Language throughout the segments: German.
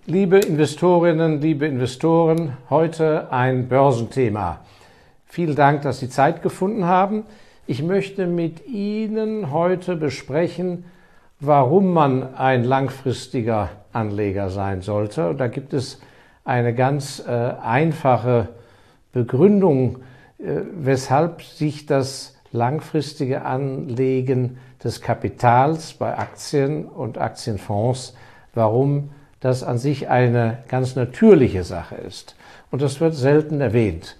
Liebe Investorinnen, liebe Investoren, heute ein Börsenthema. Vielen Dank, dass Sie Zeit gefunden haben. Ich möchte mit Ihnen heute besprechen, warum man ein langfristiger Anleger sein sollte. Und da gibt es eine ganz einfache Begründung, weshalb sich das langfristige Anlegen des Kapitals bei Aktien und Aktienfonds, warum das an sich eine ganz natürliche Sache ist. Und das wird selten erwähnt.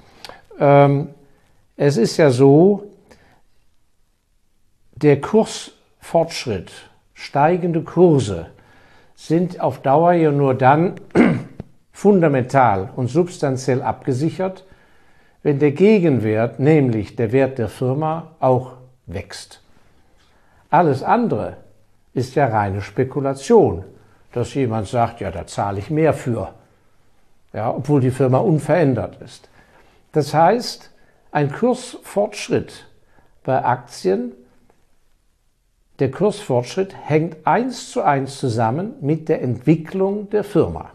Es ist ja so, der Kursfortschritt, steigende Kurse sind auf Dauer ja nur dann fundamental und substanziell abgesichert, wenn der Gegenwert, nämlich der Wert der Firma, auch wächst. Alles andere ist ja reine Spekulation, dass jemand sagt, ja, da zahle ich mehr für, ja, obwohl die Firma unverändert ist. Das heißt, ein Kursfortschritt bei Aktien, der Kursfortschritt hängt 1:1 zusammen mit der Entwicklung der Firma.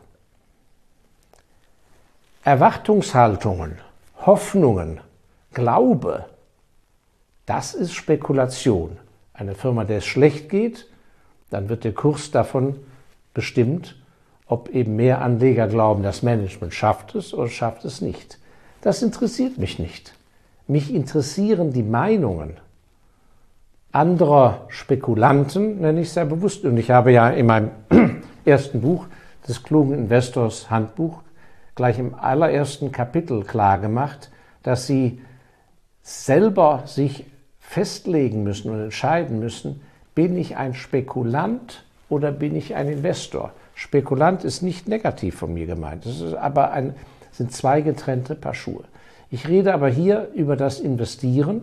Erwartungshaltungen, Hoffnungen, Glaube, das ist Spekulation. Eine Firma, der es schlecht geht, dann wird der Kurs davon bestimmt, ob eben mehr Anleger glauben, das Management schafft es oder schafft es nicht. Das interessiert mich nicht. Mich interessieren die Meinungen anderer Spekulanten, nenne ich sehr bewusst. Und ich habe ja in meinem ersten Buch, des klugen Investors Handbuch, gleich im allerersten Kapitel klargemacht, dass Sie selber sich festlegen müssen und entscheiden müssen, bin ich ein Spekulant oder bin ich ein Investor? Spekulant ist nicht negativ von mir gemeint, das ist aber sind zwei getrennte Paar Schuhe. Ich rede aber hier über das Investieren,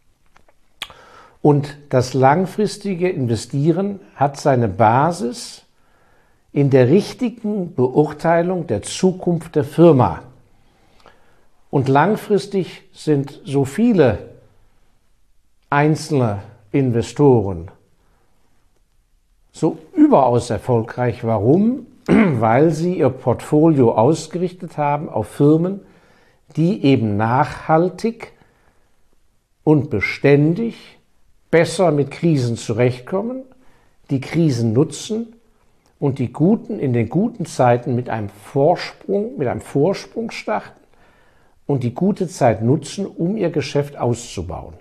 und das langfristige Investieren hat seine Basis in der richtigen Beurteilung der Zukunft der Firma. Und langfristig sind so viele einzelne Investoren so überaus erfolgreich. Warum? Weil sie ihr Portfolio ausgerichtet haben auf Firmen, die eben nachhaltig und beständig besser mit Krisen zurechtkommen, die Krisen nutzen und die Guten in den guten Zeiten mit einem Vorsprung starten und die gute Zeit nutzen, um ihr Geschäft auszubauen.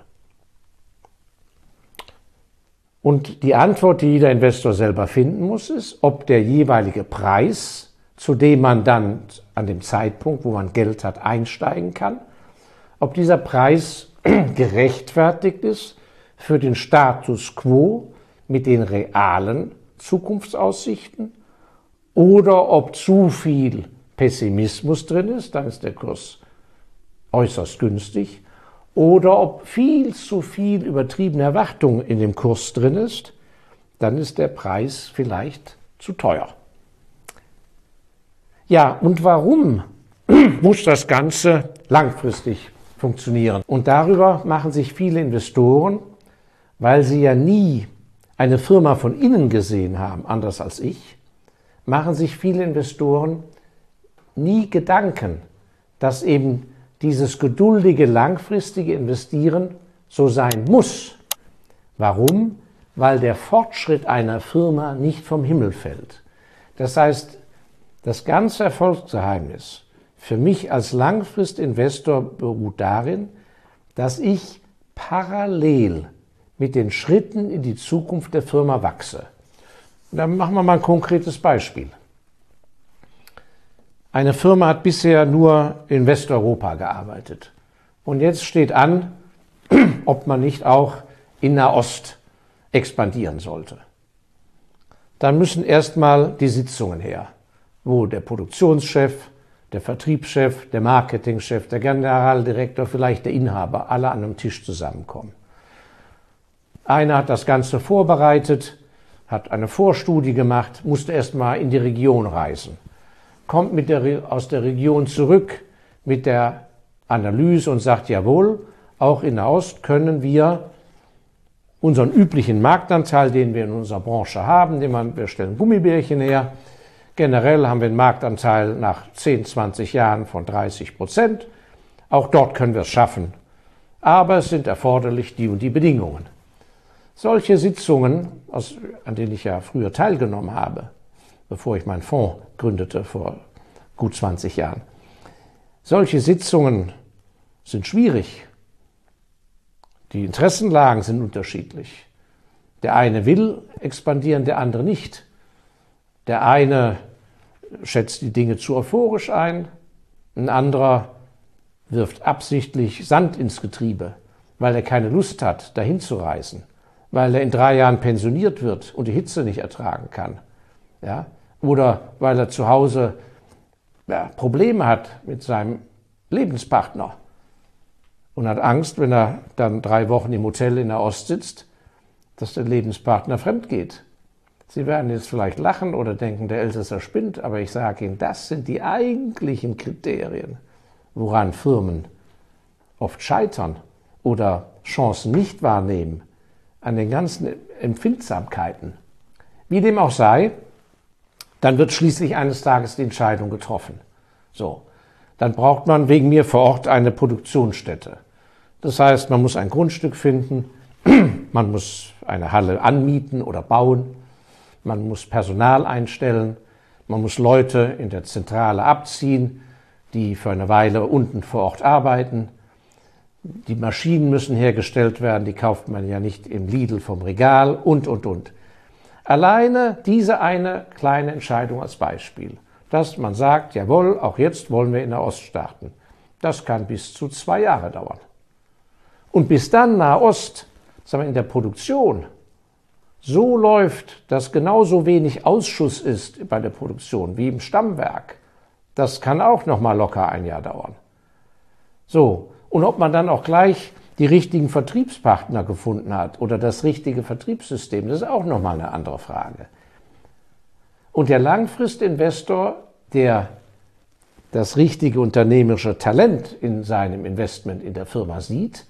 Und die Antwort, die jeder Investor selber finden muss, ist, ob der jeweilige Preis, zu dem man dann an dem Zeitpunkt, wo man Geld hat, einsteigen kann, ob dieser Preis gerechtfertigt ist für den Status quo mit den realen Zukunftsaussichten oder ob zu viel Pessimismus drin ist, dann ist der Kurs äußerst günstig, oder ob viel zu viel übertriebene Erwartung in dem Kurs drin ist, dann ist der Preis vielleicht zu teuer. Ja, und warum muss das Ganze langfristig funktionieren? Und darüber machen sich viele Investoren, weil sie ja nie eine Firma von innen gesehen haben, anders als ich, machen sich viele Investoren nie Gedanken, dass eben dieses geduldige, langfristige Investieren so sein muss. Warum? Weil der Fortschritt einer Firma nicht vom Himmel fällt. Das heißt, das ganze Erfolgsgeheimnis für mich als Langfristinvestor beruht darin, dass ich parallel mit den Schritten in die Zukunft der Firma wachse. Und dann machen wir mal ein konkretes Beispiel. Eine Firma hat bisher nur in Westeuropa gearbeitet. Und jetzt steht an, ob man nicht auch in Nahost expandieren sollte. Dann müssen erstmal die Sitzungen her, wo der Produktionschef, der Vertriebschef, der Marketingchef, der Generaldirektor, vielleicht der Inhaber, alle an einem Tisch zusammenkommen. Einer hat das Ganze vorbereitet, hat eine Vorstudie gemacht, musste erstmal in die Region reisen. Kommt aus der Region zurück mit der Analyse und sagt, jawohl, auch in Nahost können wir unseren üblichen Marktanteil, den wir in unserer Branche haben, wir stellen Gummibärchen her, Generell haben wir einen Marktanteil nach 10, 20 Jahren von 30%. Auch dort können wir es schaffen. Aber es sind erforderlich die und die Bedingungen. Solche Sitzungen, an denen ich ja früher teilgenommen habe, bevor ich meinen Fonds gründete vor gut 20 Jahren, solche Sitzungen sind schwierig. Die Interessenlagen sind unterschiedlich. Der eine will expandieren, der andere nicht. Der eine schätzt die Dinge zu euphorisch ein, ein anderer wirft absichtlich Sand ins Getriebe, weil er keine Lust hat, dahin zu reisen, weil er in 3 Jahren pensioniert wird und die Hitze nicht ertragen kann. Ja? Oder weil er zu Hause Probleme hat mit seinem Lebenspartner und hat Angst, wenn er dann 3 Wochen im Hotel in der Ost sitzt, dass der Lebenspartner fremd geht. Sie werden jetzt vielleicht lachen oder denken, der Elsässer spinnt, aber ich sage Ihnen, das sind die eigentlichen Kriterien, woran Firmen oft scheitern oder Chancen nicht wahrnehmen, an den ganzen Empfindsamkeiten. Wie dem auch sei, dann wird schließlich eines Tages die Entscheidung getroffen. So, dann braucht man wegen mir vor Ort eine Produktionsstätte. Das heißt, man muss ein Grundstück finden, man muss eine Halle anmieten oder bauen, man muss Personal einstellen, man muss Leute in der Zentrale abziehen, die für eine Weile unten vor Ort arbeiten. Die Maschinen müssen hergestellt werden, die kauft man ja nicht im Lidl vom Regal und. Alleine diese eine kleine Entscheidung als Beispiel, dass man sagt, jawohl, auch jetzt wollen wir in der Ost starten. Das kann bis zu 2 Jahre dauern. Und bis dann Nahost, sagen wir, in der Produktion so läuft, dass genauso wenig Ausschuss ist bei der Produktion wie im Stammwerk, das kann auch noch mal locker 1 Jahr dauern. So, und ob man dann auch gleich die richtigen Vertriebspartner gefunden hat oder das richtige Vertriebssystem, das ist auch noch mal eine andere Frage. Und der Langfristinvestor, der das richtige unternehmerische Talent in seinem Investment in der Firma sieht,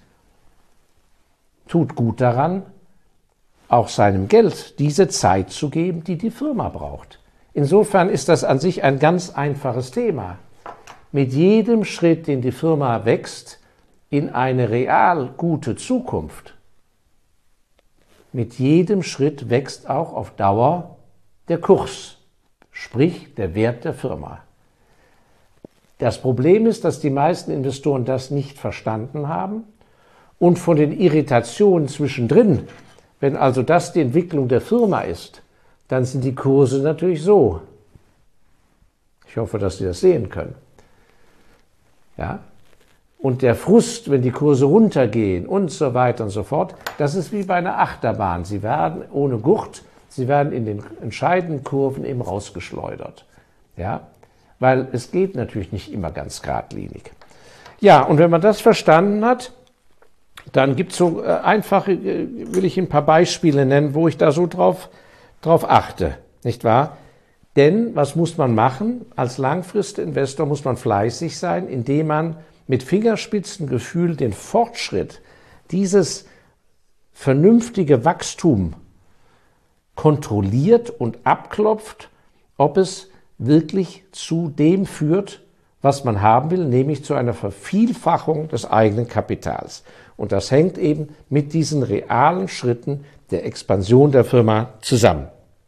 tut gut daran, auch seinem Geld diese Zeit zu geben, die die Firma braucht. Insofern ist das an sich ein ganz einfaches Thema. Mit jedem Schritt, den die Firma wächst in eine real gute Zukunft, mit jedem Schritt wächst auch auf Dauer der Kurs, sprich der Wert der Firma. Das Problem ist, dass die meisten Investoren das nicht verstanden haben und von den Irritationen zwischendrin, wenn also das die Entwicklung der Firma ist, dann sind die Kurse natürlich so. Ich hoffe, dass Sie das sehen können. Ja? Und der Frust, wenn die Kurse runtergehen und so weiter und so fort, das ist wie bei einer Achterbahn. Sie werden ohne Gurt, sie werden in den entscheidenden Kurven eben rausgeschleudert. Ja? Weil es geht natürlich nicht immer ganz geradlinig. Ja, und wenn man das verstanden hat, dann gibt es so einfache, will ich ein paar Beispiele nennen, wo ich da so drauf achte, nicht wahr? Denn was muss man machen? Als Langfristinvestor muss man fleißig sein, indem man mit Fingerspitzengefühl den Fortschritt, dieses vernünftige Wachstum kontrolliert und abklopft, ob es wirklich zu dem führt, was man haben will, nämlich zu einer Vervielfachung des eigenen Kapitals. Und das hängt eben mit diesen realen Schritten der Expansion der Firma zusammen.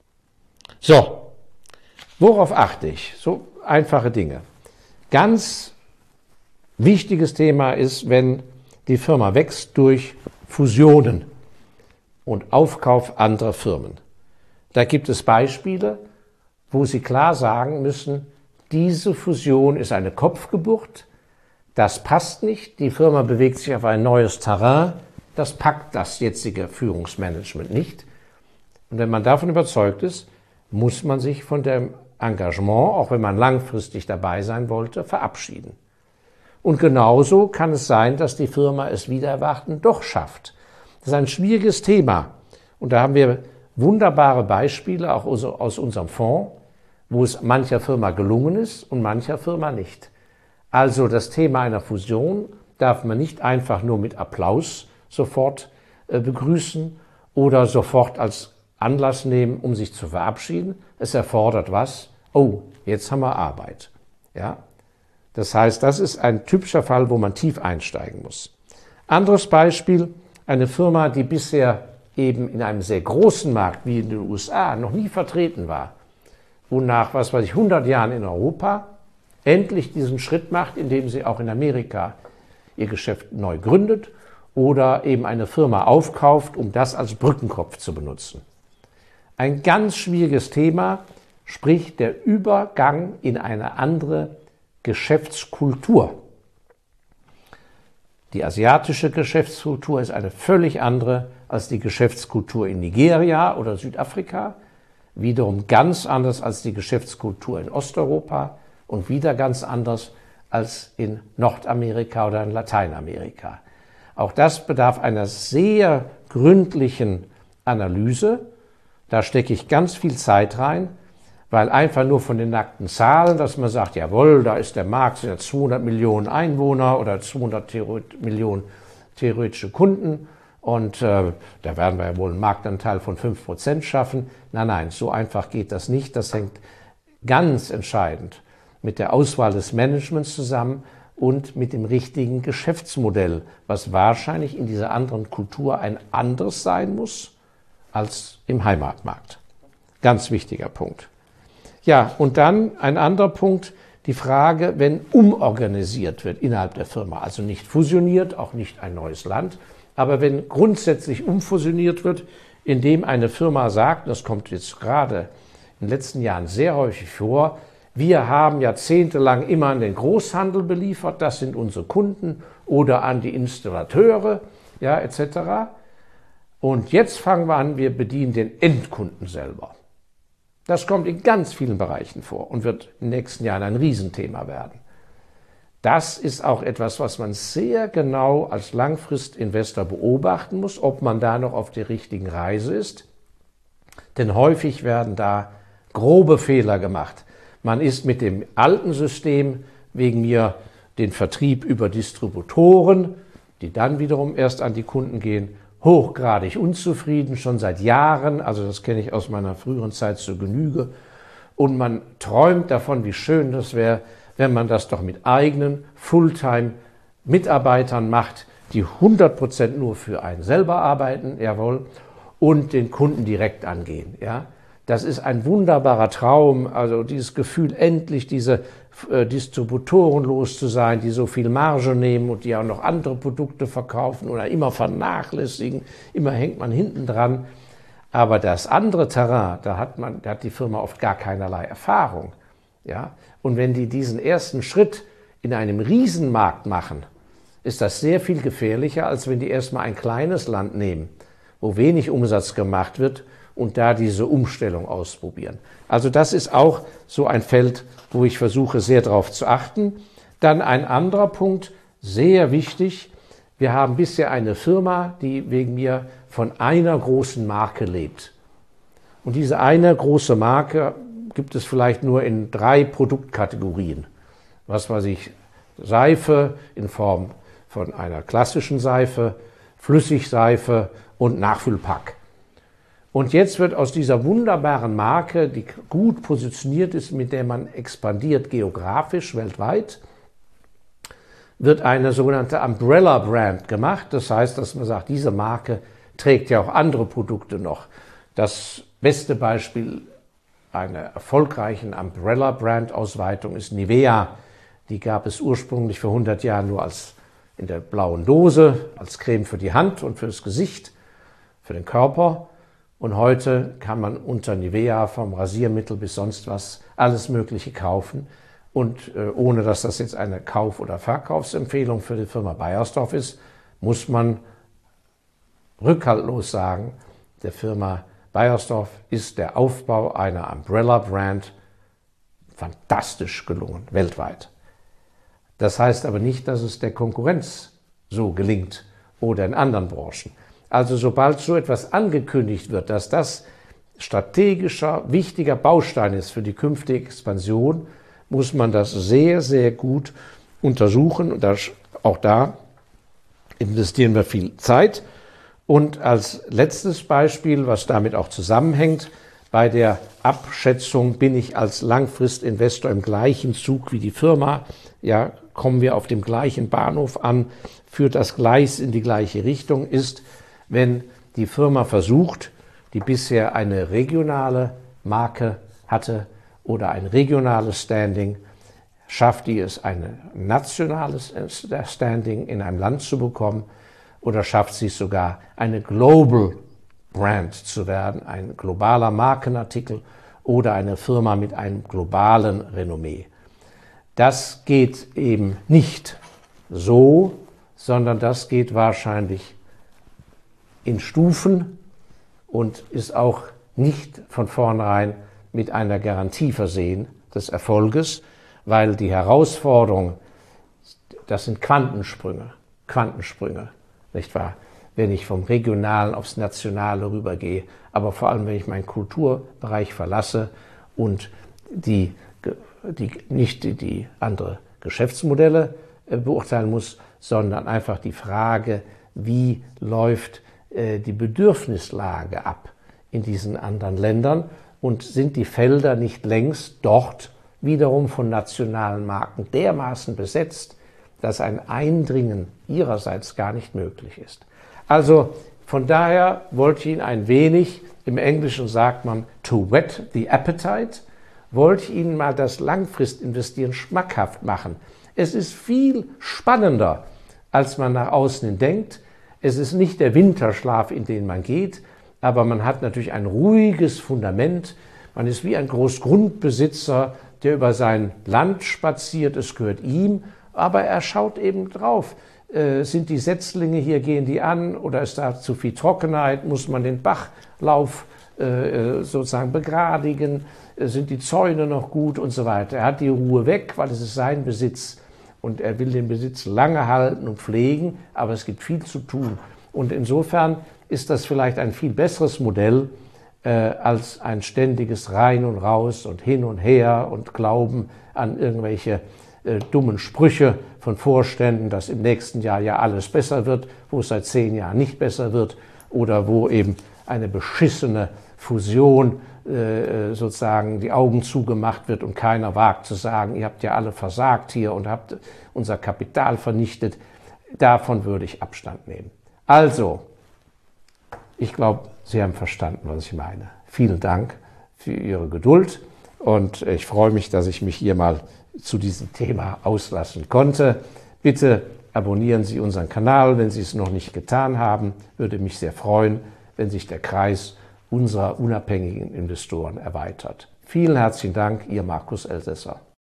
So, worauf achte ich? So einfache Dinge. Ganz wichtiges Thema ist, wenn die Firma wächst durch Fusionen und Aufkauf anderer Firmen. Da gibt es Beispiele, wo Sie klar sagen müssen, diese Fusion ist eine Kopfgeburt, das passt nicht, die Firma bewegt sich auf ein neues Terrain, das packt das jetzige Führungsmanagement nicht. Und wenn man davon überzeugt ist, muss man sich von dem Engagement, auch wenn man langfristig dabei sein wollte, verabschieden. Und genauso kann es sein, dass die Firma es wider Erwarten doch schafft. Das ist ein schwieriges Thema. Und da haben wir wunderbare Beispiele, auch aus unserem Fonds, wo es mancher Firma gelungen ist und mancher Firma nicht. Also das Thema einer Fusion darf man nicht einfach nur mit Applaus sofort begrüßen oder sofort als Anlass nehmen, um sich zu verabschieden. Es erfordert was? oh, jetzt haben wir Arbeit. Ja? Das heißt, das ist ein typischer Fall, wo man tief einsteigen muss. Anderes Beispiel, eine Firma, die bisher eben in einem sehr großen Markt wie in den USA noch nie vertreten war und nach, 100 Jahren in Europa endlich diesen Schritt macht, indem sie auch in Amerika ihr Geschäft neu gründet oder eben eine Firma aufkauft, um das als Brückenkopf zu benutzen. Ein ganz schwieriges Thema, sprich der Übergang in eine andere Geschäftskultur. Die asiatische Geschäftskultur ist eine völlig andere als die Geschäftskultur in Nigeria oder Südafrika, wiederum ganz anders als die Geschäftskultur in Osteuropa und wieder ganz anders als in Nordamerika oder in Lateinamerika. Auch das bedarf einer sehr gründlichen Analyse. Da stecke ich ganz viel Zeit rein, weil einfach nur von den nackten Zahlen, dass man sagt, jawohl, da ist der Markt, sind ja 200 Millionen Einwohner oder 200 Millionen theoretische Kunden und da werden wir ja wohl einen Marktanteil von 5% schaffen. Nein, so einfach geht das nicht. Das hängt ganz entscheidend mit der Auswahl des Managements zusammen und mit dem richtigen Geschäftsmodell, was wahrscheinlich in dieser anderen Kultur ein anderes sein muss als im Heimatmarkt. Ganz wichtiger Punkt. Ja, und dann ein anderer Punkt, die Frage, wenn umorganisiert wird innerhalb der Firma, also nicht fusioniert, auch nicht ein neues Land, aber wenn grundsätzlich umfusioniert wird, indem eine Firma sagt, das kommt jetzt gerade in den letzten Jahren sehr häufig vor, wir haben jahrzehntelang immer an den Großhandel beliefert, das sind unsere Kunden, oder an die Installateure, ja, etc. Und jetzt fangen wir an, wir bedienen den Endkunden selber. Das kommt in ganz vielen Bereichen vor und wird in den nächsten Jahren ein Riesenthema werden. Das ist auch etwas, was man sehr genau als Langfristinvestor beobachten muss, ob man da noch auf der richtigen Reise ist. Denn häufig werden da grobe Fehler gemacht. Man ist mit dem alten System, wegen mir den Vertrieb über Distributoren, die dann wiederum erst an die Kunden gehen, hochgradig unzufrieden, schon seit Jahren, also das kenne ich aus meiner früheren Zeit zur Genüge. Und man träumt davon, wie schön das wäre, wenn man das doch mit eigenen Fulltime-Mitarbeitern macht, die 100% nur für einen selber arbeiten, jawohl, und den Kunden direkt angehen. Ja? Das ist ein wunderbarer Traum, also dieses Gefühl, endlich diese Distributoren los zu sein, die so viel Marge nehmen und die auch noch andere Produkte verkaufen oder immer vernachlässigen, immer hängt man hinten dran. Aber das andere Terrain, da hat die Firma oft gar keinerlei Erfahrung. Ja? Und wenn die diesen ersten Schritt in einem Riesenmarkt machen, ist das sehr viel gefährlicher, als wenn die erstmal ein kleines Land nehmen, wo wenig Umsatz gemacht wird und da diese Umstellung ausprobieren. Also das ist auch so ein Feld, wo ich versuche, sehr darauf zu achten. Dann ein anderer Punkt, sehr wichtig. Wir haben bisher eine Firma, die wegen mir von einer großen Marke lebt. Und diese eine große Marke gibt es vielleicht nur in 3 Produktkategorien. Was weiß ich, Seife in Form von einer klassischen Seife, Flüssigseife und Nachfüllpack. Und jetzt wird aus dieser wunderbaren Marke, die gut positioniert ist, mit der man expandiert geografisch weltweit, wird eine sogenannte Umbrella Brand gemacht. Das heißt, dass man sagt, diese Marke trägt ja auch andere Produkte noch. Das beste Beispiel einer erfolgreichen Umbrella Brand Ausweitung ist Nivea. Die gab es ursprünglich vor 100 Jahren nur als in der blauen Dose, als Creme für die Hand und fürs Gesicht, für den Körper. Und heute kann man unter Nivea vom Rasiermittel bis sonst was alles Mögliche kaufen. Und ohne dass das jetzt eine Kauf- oder Verkaufsempfehlung für die Firma Beiersdorf ist, muss man rückhaltlos sagen, der Firma Beiersdorf ist der Aufbau einer Umbrella-Brand fantastisch gelungen, weltweit. Das heißt aber nicht, dass es der Konkurrenz so gelingt oder in anderen Branchen. Also sobald so etwas angekündigt wird, dass das strategischer, wichtiger Baustein ist für die künftige Expansion, muss man das sehr, sehr gut untersuchen. Und auch da investieren wir viel Zeit. Und als letztes Beispiel, was damit auch zusammenhängt, bei der Abschätzung, bin ich als Langfristinvestor im gleichen Zug wie die Firma, ja, kommen wir auf dem gleichen Bahnhof an, führt das Gleis in die gleiche Richtung, ist, wenn die Firma versucht, die bisher eine regionale Marke hatte oder ein regionales Standing, schafft die es, ein nationales Standing in einem Land zu bekommen oder schafft sie es sogar, eine Global Brand zu werden, ein globaler Markenartikel oder eine Firma mit einem globalen Renommee. Das geht eben nicht so, sondern das geht wahrscheinlich in Stufen und ist auch nicht von vornherein mit einer Garantie versehen des Erfolges, weil die Herausforderung, das sind Quantensprünge, nicht wahr? Wenn ich vom Regionalen aufs Nationale rübergehe, aber vor allem, wenn ich meinen Kulturbereich verlasse und nicht die andere Geschäftsmodelle beurteilen muss, sondern einfach die Frage, wie läuft die Bedürfnislage ab in diesen anderen Ländern und sind die Felder nicht längst dort wiederum von nationalen Marken dermaßen besetzt, dass ein Eindringen ihrerseits gar nicht möglich ist. Also von daher wollte ich Ihnen ein wenig, im Englischen sagt man to whet the appetite, wollte ich Ihnen mal das Langfristinvestieren schmackhaft machen. Es ist viel spannender, als man nach außen hin denkt. Es ist nicht der Winterschlaf, in den man geht, aber man hat natürlich ein ruhiges Fundament. Man ist wie ein Großgrundbesitzer, der über sein Land spaziert, es gehört ihm, aber er schaut eben drauf. Sind die Setzlinge hier, gehen die an oder ist da zu viel Trockenheit, muss man den Bachlauf sozusagen begradigen, sind die Zäune noch gut und so weiter. Er hat die Ruhe weg, weil es ist sein Besitz und er will den Besitz lange halten und pflegen, aber es gibt viel zu tun. Und insofern ist das vielleicht ein viel besseres Modell als ein ständiges Rein und Raus und hin und her und Glauben an irgendwelche dummen Sprüche von Vorständen, dass im nächsten Jahr ja alles besser wird, wo es seit 10 Jahren nicht besser wird oder wo eben eine beschissene Fusion sozusagen die Augen zugemacht wird und keiner wagt zu sagen, ihr habt ja alle versagt hier und habt unser Kapital vernichtet. Davon würde ich Abstand nehmen. Also, ich glaube, Sie haben verstanden, was ich meine. Vielen Dank für Ihre Geduld und ich freue mich, dass ich mich hier mal zu diesem Thema auslassen konnte. Bitte abonnieren Sie unseren Kanal, wenn Sie es noch nicht getan haben. Würde mich sehr freuen, wenn sich der Kreis unserer unabhängigen Investoren erweitert. Vielen herzlichen Dank, Ihr Markus Elsässer.